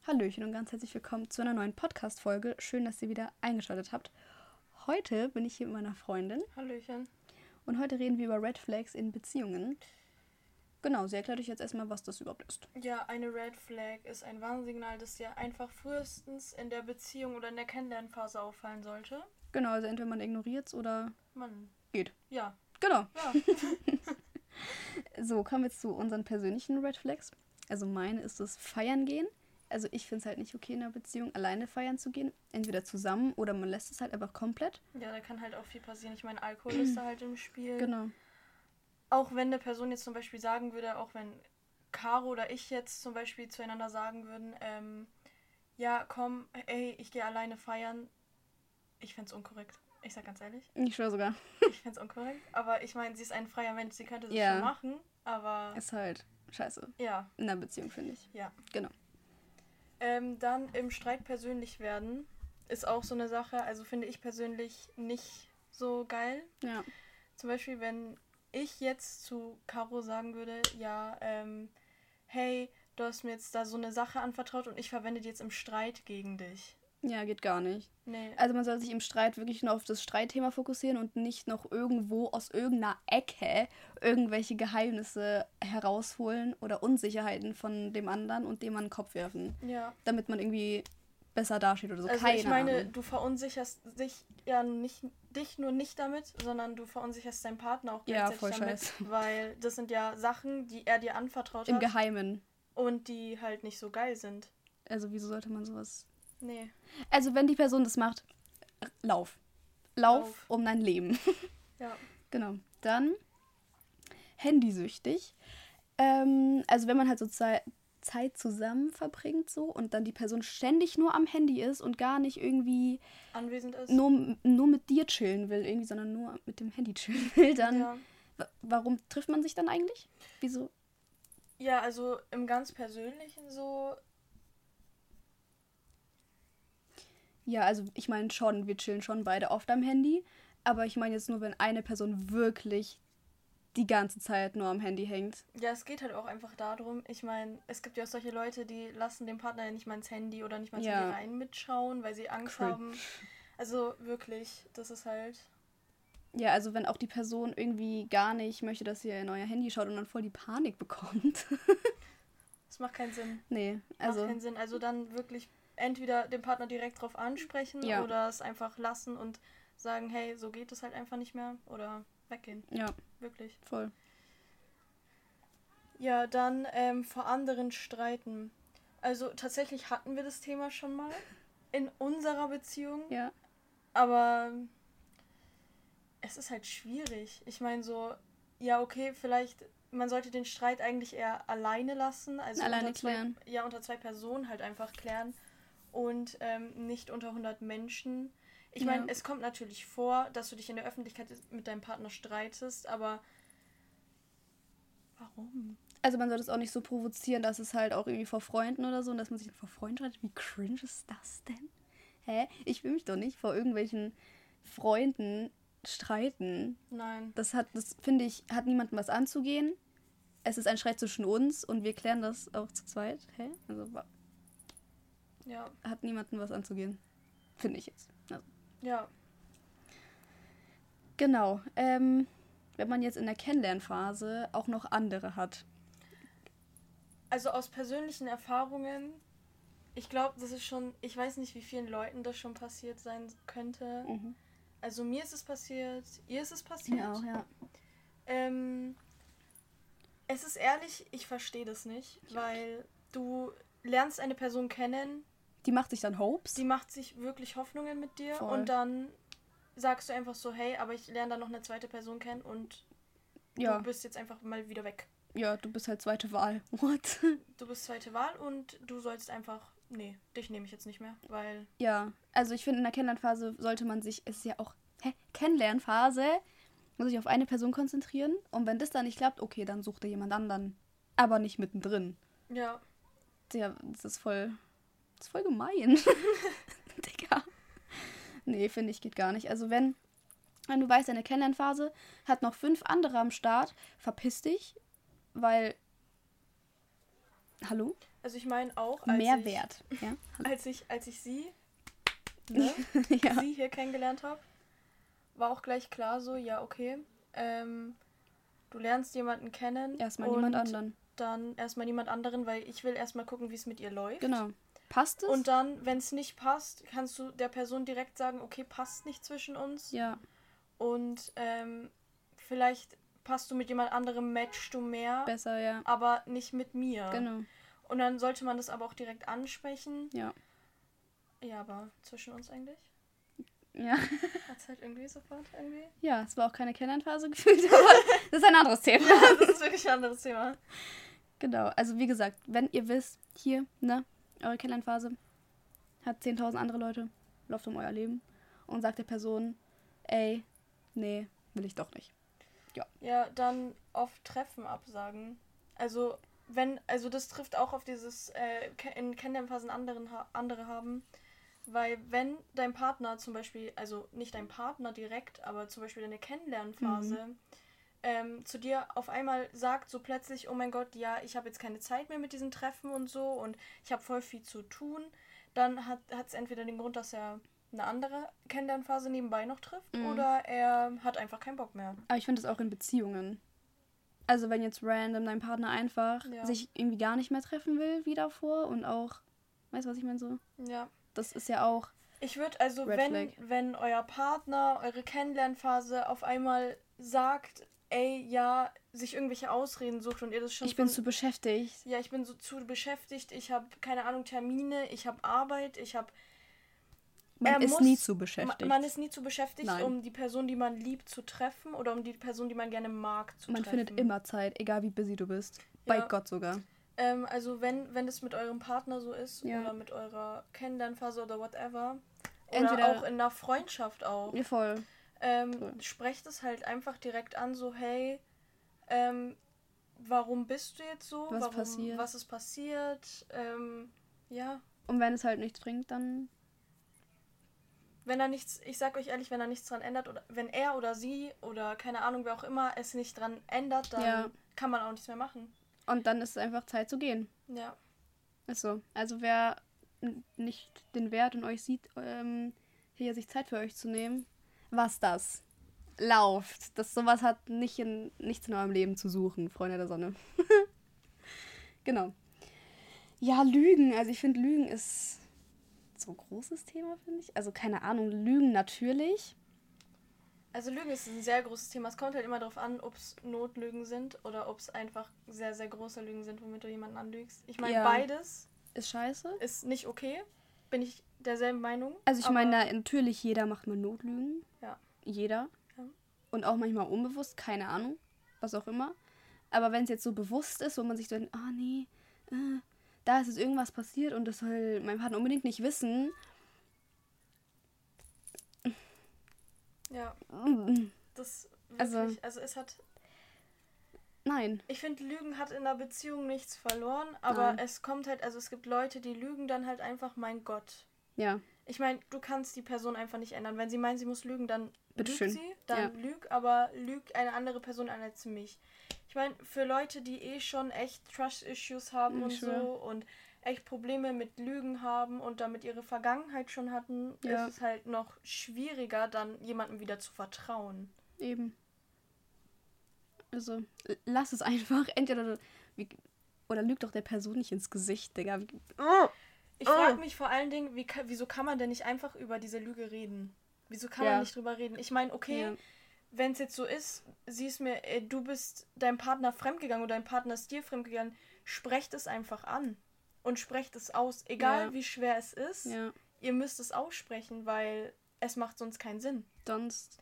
Hallöchen und ganz herzlich willkommen zu einer neuen Podcast-Folge. Schön, dass ihr wieder eingeschaltet habt. Heute bin ich hier mit meiner Freundin. Hallöchen. Und heute reden wir über Red Flags in Beziehungen. Genau, sie erklärt euch jetzt erstmal, was das überhaupt ist. Ja, eine Red Flag ist ein Warnsignal, das dir einfach frühestens in der Beziehung oder in der Kennenlernphase auffallen sollte. Genau, also entweder man ignoriert es oder Man geht. Ja. Genau. Ja. So, kommen wir jetzt zu unseren persönlichen Red Flags. Also meine ist es Feiern gehen. Also ich finde es halt nicht okay in einer Beziehung, alleine feiern zu gehen. Entweder zusammen oder man lässt es halt einfach komplett. Ja, da kann halt auch viel passieren. Ich meine, Alkohol ist da halt im Spiel. Genau. Auch wenn eine Person jetzt zum Beispiel sagen würde, auch wenn Caro oder ich jetzt zum Beispiel zueinander sagen würden, ja, komm, ey, ich gehe alleine feiern. Ich find's unkorrekt. Ich sag ganz ehrlich. Ich schwör sogar. Ich find's unkorrekt. Aber ich meine, sie ist ein freier Mensch, sie könnte das Ja. schon machen, aber Ist halt scheiße. ja. In einer Beziehung, finde ich. Ja. Genau. Dann im Streit persönlich werden ist auch so eine Sache, also finde ich persönlich nicht so geil. Ja. Zum Beispiel, wenn ich jetzt zu Caro sagen würde, ja, hey, du hast mir jetzt da so eine Sache anvertraut und ich verwende die jetzt im Streit gegen dich. Ja, geht gar nicht. Nee. Also man soll sich im Streit wirklich nur auf das Streitthema fokussieren und nicht noch irgendwo aus irgendeiner Ecke irgendwelche Geheimnisse herausholen oder Unsicherheiten von dem anderen und dem an den Kopf werfen, Ja. damit man irgendwie besser dasteht oder so. Also Keine ich meine, Ahnung. du verunsicherst dich nur nicht damit, sondern du verunsicherst deinen Partner auch Ja, gleichzeitig voll damit, scheiße. weil das sind ja Sachen, die er dir anvertraut Im hat Geheimen. und die halt nicht so geil sind. Also wieso sollte man sowas... Nee. Also wenn die Person das macht, lauf. Lauf Lauf. um dein Leben. Ja. Genau. Dann handysüchtig. Also wenn man halt so Zeit zusammen verbringt so und dann die Person ständig nur am Handy ist und gar nicht irgendwie Anwesend ist. nur mit dir chillen will, irgendwie, sondern nur mit dem Handy chillen will, dann Ja. Warum trifft man sich dann eigentlich? Wieso? Ja, also im ganz Persönlichen so. Ja, also ich meine schon, wir chillen schon beide oft am Handy, aber ich meine jetzt nur, wenn eine Person wirklich die ganze Zeit nur am Handy hängt. Ja, es geht halt auch einfach darum, ich meine, es gibt ja auch solche Leute, die lassen dem Partner ja nicht mal ins Handy oder nicht mal ins Ja. Handy rein mitschauen, weil sie Angst Cringe. haben. Also wirklich, das ist halt. Ja, also wenn auch die Person irgendwie gar nicht möchte, dass ihr in euer Handy schaut und dann voll die Panik bekommt. Das macht keinen Sinn. Nee, Macht also keinen Sinn. Also dann wirklich entweder den Partner direkt drauf ansprechen Ja. oder es einfach lassen und sagen, hey, so geht es halt einfach nicht mehr oder weggehen. ja, Wirklich. voll. Ja, dann vor anderen streiten. Also tatsächlich hatten wir das Thema schon mal in unserer Beziehung, Ja, aber es ist halt schwierig. Ich meine so, ja okay, vielleicht, man sollte den Streit eigentlich eher alleine lassen. Also Alleine unter zwei, klären. Ja, unter 2 Personen halt einfach klären und nicht unter 100 Menschen. Ich Ja. meine, es kommt natürlich vor, dass du dich in der Öffentlichkeit mit deinem Partner streitest, aber warum? also man sollte es auch nicht so provozieren, dass es halt auch irgendwie vor Freunden oder so und dass man sich vor Freunden streitet. Wie cringe ist das denn? Hä? Ich will mich doch nicht vor irgendwelchen Freunden streiten. Nein. Das finde ich, hat niemandem was anzugehen. Es ist ein Streit zwischen uns und wir klären das auch zu zweit. Hä? Also Ja. hat niemandem was anzugehen. Finde ich jetzt. Also, Ja. genau. Wenn man jetzt in der Kennenlernphase auch noch andere hat. Also aus persönlichen Erfahrungen, ich glaube, das ist schon, ich weiß nicht, wie vielen Leuten das schon passiert sein könnte. Mhm. Also mir ist es passiert, ihr ist es passiert. Ja, auch, ja. Es ist ehrlich, ich verstehe das nicht, weil du lernst eine Person kennen, Die macht sich dann Hopes. die macht sich wirklich Hoffnungen mit dir Voll. und dann sagst du einfach so, hey, aber ich lerne da noch eine zweite Person kennen und Ja. du bist jetzt einfach mal wieder weg. Ja, du bist halt zweite Wahl. What? Du bist zweite Wahl und du sollst einfach, nee, dich nehme ich jetzt nicht mehr, weil, Ja, also ich finde, in der Kennenlernphase sollte man sich, es ist ja auch, Kennenlernphase, muss sich auf eine Person konzentrieren. Und wenn das dann nicht klappt, okay, dann sucht er jemand anderen. Aber nicht mittendrin. ja, Ja, das ist voll gemein. Digga. Nee, finde ich, geht gar nicht. Also wenn du weißt, deine Kennenlernphase hat noch 5 andere am Start, verpiss dich, weil... Hallo? Also ich meine auch, Mehrwert. Ja? Als ich sie, ne, Ja. sie hier kennengelernt habe, war auch gleich klar so, ja, okay, du lernst jemanden kennen. Erstmal niemand anderen. Dann erstmal niemand anderen, weil ich will erstmal gucken, wie es mit ihr läuft. Genau. Passt es? Und dann, wenn es nicht passt, kannst du der Person direkt sagen, okay, passt nicht zwischen uns. Ja. Und vielleicht passt du mit jemand anderem, matchst du mehr. Besser, ja. Aber nicht mit mir. Genau. Und dann sollte man das aber auch direkt ansprechen. Ja. Ja, aber zwischen uns eigentlich? Ja. Hat es halt irgendwie sofort irgendwie. Ja, es war auch keine Kennenlernphase gefühlt, aber das ist ein anderes Thema. Ja, das ist wirklich ein anderes Thema. Genau, also wie gesagt, wenn ihr wisst, hier, ne, eure Kennenlernphase hat 10.000 andere Leute, läuft um euer Leben und sagt der Person, ey, nee, will ich doch nicht. Ja. Ja, dann oft Treffen absagen. Also, das trifft auch auf dieses in Kennenlernphasen andere haben. Weil wenn dein Partner zum Beispiel, also nicht dein Partner direkt, aber zum Beispiel deine Kennenlernphase, zu dir auf einmal sagt so plötzlich, oh mein Gott, ja, ich habe jetzt keine Zeit mehr mit diesen Treffen und so und ich habe voll viel zu tun, dann hat es entweder den Grund, dass er eine andere Kennenlernphase nebenbei noch trifft oder er hat einfach keinen Bock mehr. Aber ich finde das auch in Beziehungen. Also wenn jetzt random dein Partner einfach sich irgendwie gar nicht mehr treffen will wie davor und auch, weißt du, was ich meine so? Ja. Das ist ja auch Ich würde also, wenn euer Partner eure Kennenlernphase auf einmal sagt, ey, ja, sich irgendwelche Ausreden sucht und ihr das schon... Ich bin zu beschäftigt. Ja, ich bin so zu beschäftigt, ich habe, keine Ahnung, Termine, ich habe Arbeit, ich habe... Man ist nie zu beschäftigt. Man ist nie zu beschäftigt, Nein. um die Person, die man liebt, zu treffen oder um die Person, die man gerne mag, zu treffen. Man findet immer Zeit, egal wie busy du bist. Bei Gott sogar. Also wenn es mit eurem Partner so ist oder mit eurer Kennenlernphase oder whatever, oder entweder auch in einer Freundschaft auch, ja, voll. sprecht es halt einfach direkt an, so hey, warum bist du jetzt so? Was ist passiert? Ja. Und wenn es halt nichts bringt, dann... Wenn er nichts, ich sag euch ehrlich, wenn er nichts dran ändert oder wenn er oder sie oder keine Ahnung, wer auch immer es nicht dran ändert, dann kann man auch nichts mehr machen. Und dann ist es einfach Zeit zu gehen. Ja. Ist so. Also wer nicht den Wert in euch sieht, hier sich Zeit für euch zu nehmen, was das? Lauft. Sowas hat nichts in eurem Leben zu suchen, Freunde der Sonne. Genau. Ja, Lügen. Also ich finde, Lügen ist so ein großes Thema, finde ich. Also keine Ahnung, Lügen natürlich. Also Lügen ist ein sehr großes Thema. Es kommt halt immer darauf an, ob es Notlügen sind oder ob es einfach sehr, sehr große Lügen sind, womit du jemanden anlügst. Ich meine, beides ist scheiße. Ist nicht okay. Bin ich derselben Meinung. Also ich meine, natürlich, jeder macht mal Notlügen. Ja. Jeder. Ja. Und auch manchmal unbewusst, keine Ahnung. Was auch immer. Aber wenn es jetzt so bewusst ist, wo man sich so denkt, nee, da ist jetzt irgendwas passiert und das soll mein Partner unbedingt nicht wissen. Ja. Das wirklich, also es hat... Nein. Ich finde, Lügen hat in einer Beziehung nichts verloren, aber es kommt halt, also es gibt Leute, die lügen dann halt einfach, mein Gott. Ja. Ich meine, du kannst die Person einfach nicht ändern. Wenn sie meint, sie muss lügen, dann Bitteschön. lügt sie, dann lüg, aber lügt eine andere Person an als mich. Ich meine, für Leute, die schon echt Trust-Issues haben und so und echt Probleme mit Lügen haben und damit ihre Vergangenheit schon hatten, ist es halt noch schwieriger, dann jemandem wieder zu vertrauen. Eben. Also, lass es einfach. Entweder oder lüg doch der Person nicht ins Gesicht, Digga. Ich frage mich vor allen Dingen, wieso kann man denn nicht einfach über diese Lüge reden? Wieso kann man nicht drüber reden? Ich meine, okay, wenn es jetzt so ist, siehst mir, du bist deinem Partner fremdgegangen oder dein Partner ist dir fremdgegangen, sprecht es einfach an. Und sprecht es aus. Egal wie schwer es ist, ihr müsst es aussprechen, weil es macht sonst keinen Sinn. Sonst...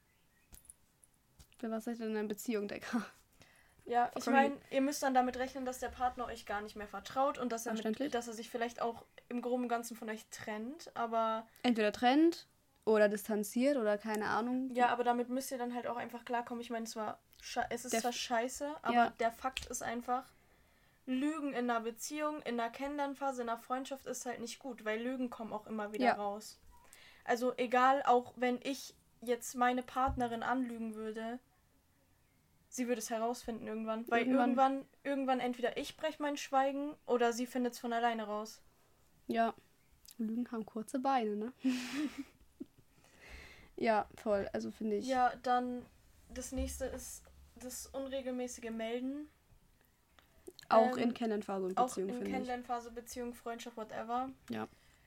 Für was seid ihr denn in einer Beziehung, Digga? Ja, ich meine, ihr müsst dann damit rechnen, dass der Partner euch gar nicht mehr vertraut und dass er sich vielleicht auch im Groben und Ganzen von euch trennt, aber... Entweder trennt oder distanziert oder keine Ahnung. Ja, aber damit müsst ihr dann halt auch einfach klarkommen. Ich meine, es ist zwar scheiße, aber der Fakt ist einfach, Lügen in einer Beziehung, in einer Kennenlernphase, in einer Freundschaft ist halt nicht gut, weil Lügen kommen auch immer wieder raus. Also egal, auch wenn ich jetzt meine Partnerin anlügen würde, sie würde es herausfinden irgendwann. Weil irgendwann entweder ich breche mein Schweigen oder sie findet es von alleine raus. Ja. Lügen haben kurze Beine, ne? Ja, voll. Also finde ich. Ja, dann das nächste ist das unregelmäßige Melden. Auch in Kennenlernphase und Beziehung, finde ich. Auch in Kennenlernphase, Beziehung, Freundschaft, whatever. Ja.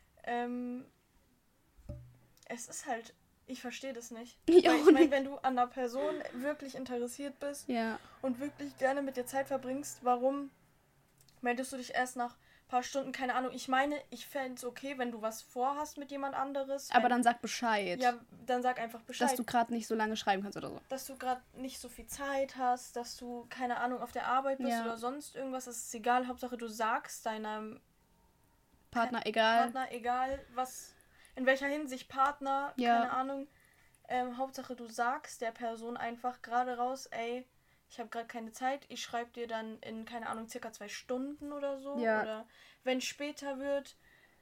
Es ist halt, ich verstehe das nicht. Ja, weil ich meine, wenn du an einer Person wirklich interessiert bist und wirklich gerne mit dir Zeit verbringst, warum meldest du dich erst nach ein paar Stunden? Keine Ahnung. Ich meine, ich fände es okay, wenn du was vorhast mit jemand anderes. Aber dann sag Bescheid. Ja, dann sag einfach Bescheid. Dass du gerade nicht so lange schreiben kannst oder so. Dass du gerade nicht so viel Zeit hast, dass du, keine Ahnung, auf der Arbeit bist oder sonst irgendwas. Das ist egal. Hauptsache, du sagst deinem Partner egal, was, in welcher Hinsicht Partner, keine Ahnung. Hauptsache, du sagst der Person einfach gerade raus, ey, ich habe gerade keine Zeit, ich schreibe dir dann in, keine Ahnung, circa 2 Stunden oder so. Ja. Oder wenn es später wird,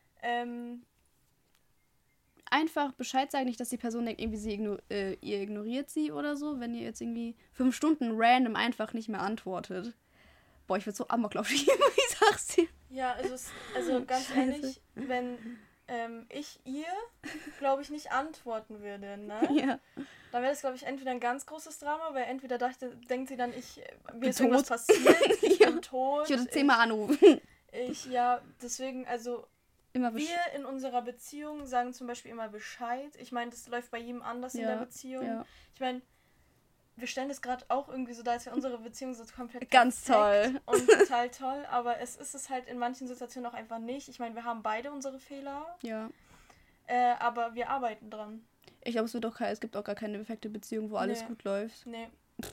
einfach Bescheid sagen, nicht, dass die Person denkt, irgendwie ihr ignoriert sie oder so, wenn ihr jetzt irgendwie 5 Stunden random einfach nicht mehr antwortet. Boah, ich würde so Amoklauf schieben, ich sag's dir. Ja, also ganz ehrlich, wenn ich ihr, glaube ich, nicht antworten würde, ne? Ja. Dann wäre das, glaube ich, entweder ein ganz großes Drama, weil entweder denkt sie dann, mir ist irgendwas passiert, ich bin tot. Ich würde 10-mal anrufen. Deswegen, also immer wir in unserer Beziehung sagen zum Beispiel immer Bescheid. Ich meine, das läuft bei jedem anders in der Beziehung. Ja. Ich meine, wir stellen das gerade auch irgendwie so dar, als wäre unsere Beziehung so komplett ganz toll und total toll, aber es ist es halt in manchen Situationen auch einfach nicht. Ich meine, wir haben beide unsere Fehler. Ja. Aber wir arbeiten dran. Ich glaube, es gibt auch gar keine perfekte Beziehung, wo alles gut läuft. Nee.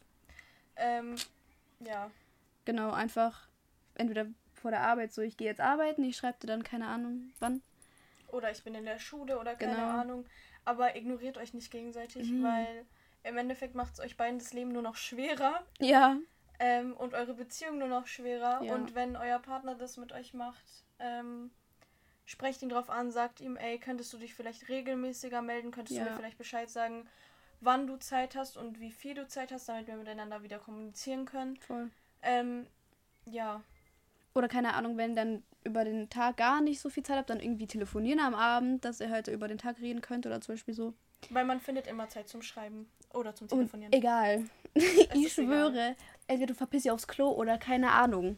Ja. Genau, einfach entweder vor der Arbeit so, ich gehe jetzt arbeiten, ich schreibe dir dann keine Ahnung, wann. Oder ich bin in der Schule oder keine Ahnung. Aber ignoriert euch nicht gegenseitig, weil im Endeffekt macht es euch beiden das Leben nur noch schwerer. Ja. Und eure Beziehung nur noch schwerer. Ja. Und wenn euer Partner das mit euch macht, sprecht ihn drauf an, sagt ihm, ey, könntest du dich vielleicht regelmäßiger melden, könntest du mir vielleicht Bescheid sagen, wann du Zeit hast und wie viel du Zeit hast, damit wir miteinander wieder kommunizieren können. Voll. Ja. Oder keine Ahnung, wenn dann über den Tag gar nicht so viel Zeit habt, dann irgendwie telefonieren am Abend, dass ihr halt über den Tag reden könnt oder zum Beispiel so. Weil man findet immer Zeit zum Schreiben oder zum Telefonieren. Und egal. Ich schwöre, entweder du verpisst dich aufs Klo oder keine Ahnung.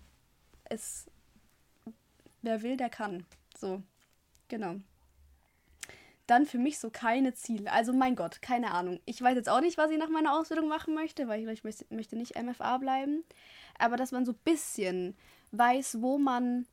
Wer will, der kann. So, genau. Dann für mich so keine Ziele. Also mein Gott, keine Ahnung. Ich weiß jetzt auch nicht, was ich nach meiner Ausbildung machen möchte, weil ich möchte nicht MFA bleiben. Aber dass man so ein bisschen weiß, wo man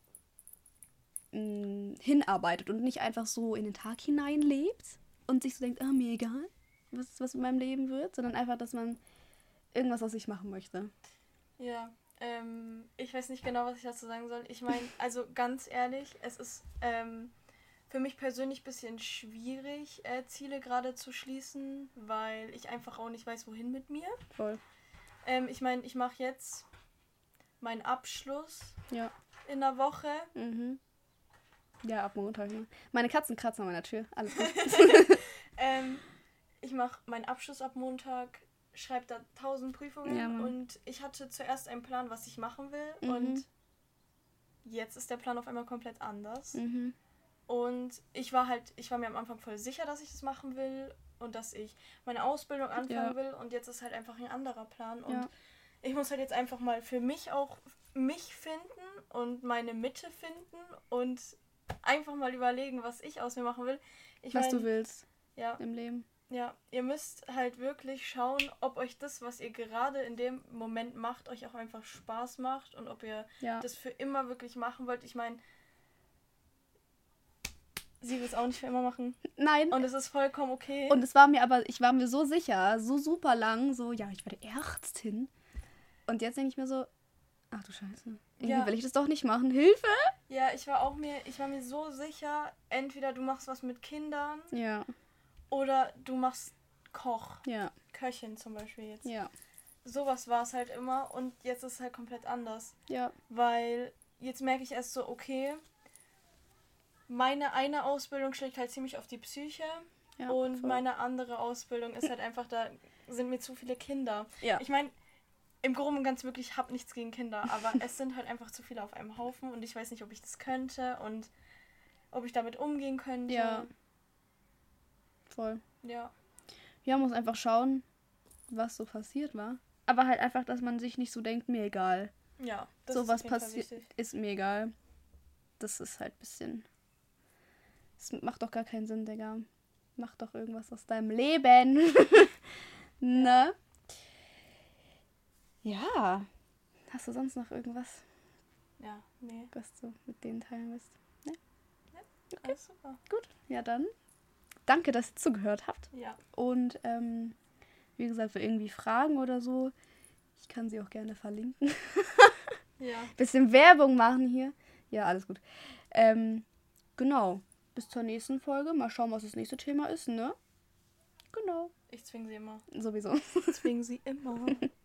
hinarbeitet und nicht einfach so in den Tag hineinlebt und sich so denkt, mir egal, was mit meinem Leben wird, sondern einfach, dass man irgendwas aus sich machen möchte. Ja, ich weiß nicht genau, was ich dazu sagen soll. Ich meine, also ganz ehrlich, es ist für mich persönlich ein bisschen schwierig, Ziele gerade zu schließen, weil ich einfach auch nicht weiß, wohin mit mir. Voll. Ich meine, ich mache jetzt meinen Abschluss in der Woche. Mhm. Ja, ab Montag. Ne? Meine Katzen kratzen an meiner Tür. Alles gut. Ich mache meinen Abschluss ab Montag, schreibe da 1000 Prüfungen und ich hatte zuerst einen Plan, was ich machen will und jetzt ist der Plan auf einmal komplett anders. Mhm. Und ich war mir am Anfang voll sicher, dass ich das machen will und dass ich meine Ausbildung anfangen will und jetzt ist halt einfach ein anderer Plan und ich muss halt jetzt einfach mal für mich auch mich finden und meine Mitte finden und einfach mal überlegen, was ich aus mir machen will. Du willst im Leben. Ja, ihr müsst halt wirklich schauen, ob euch das, was ihr gerade in dem Moment macht, euch auch einfach Spaß macht und ob ihr das für immer wirklich machen wollt. Ich meine, sie will es auch nicht für immer machen. Nein. Und es ist vollkommen okay. Und ich war mir so sicher, so super lang, so, ich werde Ärztin. Und jetzt denke ich mir so, ach du Scheiße, irgendwie will ich das doch nicht machen. Hilfe! Ja, ich war mir so sicher, entweder du machst was mit Kindern. Ja. Oder du machst Koch. Ja. Köchin zum Beispiel jetzt. Ja. Sowas war es halt immer und jetzt ist es halt komplett anders. Ja. Weil jetzt merke ich erst so, okay, meine eine Ausbildung schlägt halt ziemlich auf die Psyche und meine andere Ausbildung ist halt einfach, da sind mir zu viele Kinder. Ja. Ich meine, im Groben und Ganzen wirklich, hab nichts gegen Kinder, aber es sind halt einfach zu viele auf einem Haufen und ich weiß nicht, ob ich das könnte und ob ich damit umgehen könnte. Ja. Voll. Ja. Ja, muss einfach schauen, was so passiert war. Aber halt einfach, dass man sich nicht so denkt, mir egal. Ja, das so ist was auf jeden Fall passiert, wichtig. ist mir egal. Das ist halt ein bisschen... Das macht doch gar keinen Sinn, Digga. Mach doch irgendwas aus deinem Leben. Ne? Ja. Hast du sonst noch irgendwas, Ja, nee. was du mit denen teilen willst? Alles super. Gut. Ja, dann. Danke, dass ihr zugehört habt. Ja. Und wie gesagt, für irgendwie Fragen oder so, ich kann sie auch gerne verlinken. Ja. Bisschen Werbung machen hier. Ja, alles gut. Genau. Bis zur nächsten Folge. Mal schauen, was das nächste Thema ist, ne? Genau. Ich zwinge sie immer. Sowieso. Ich zwinge sie immer.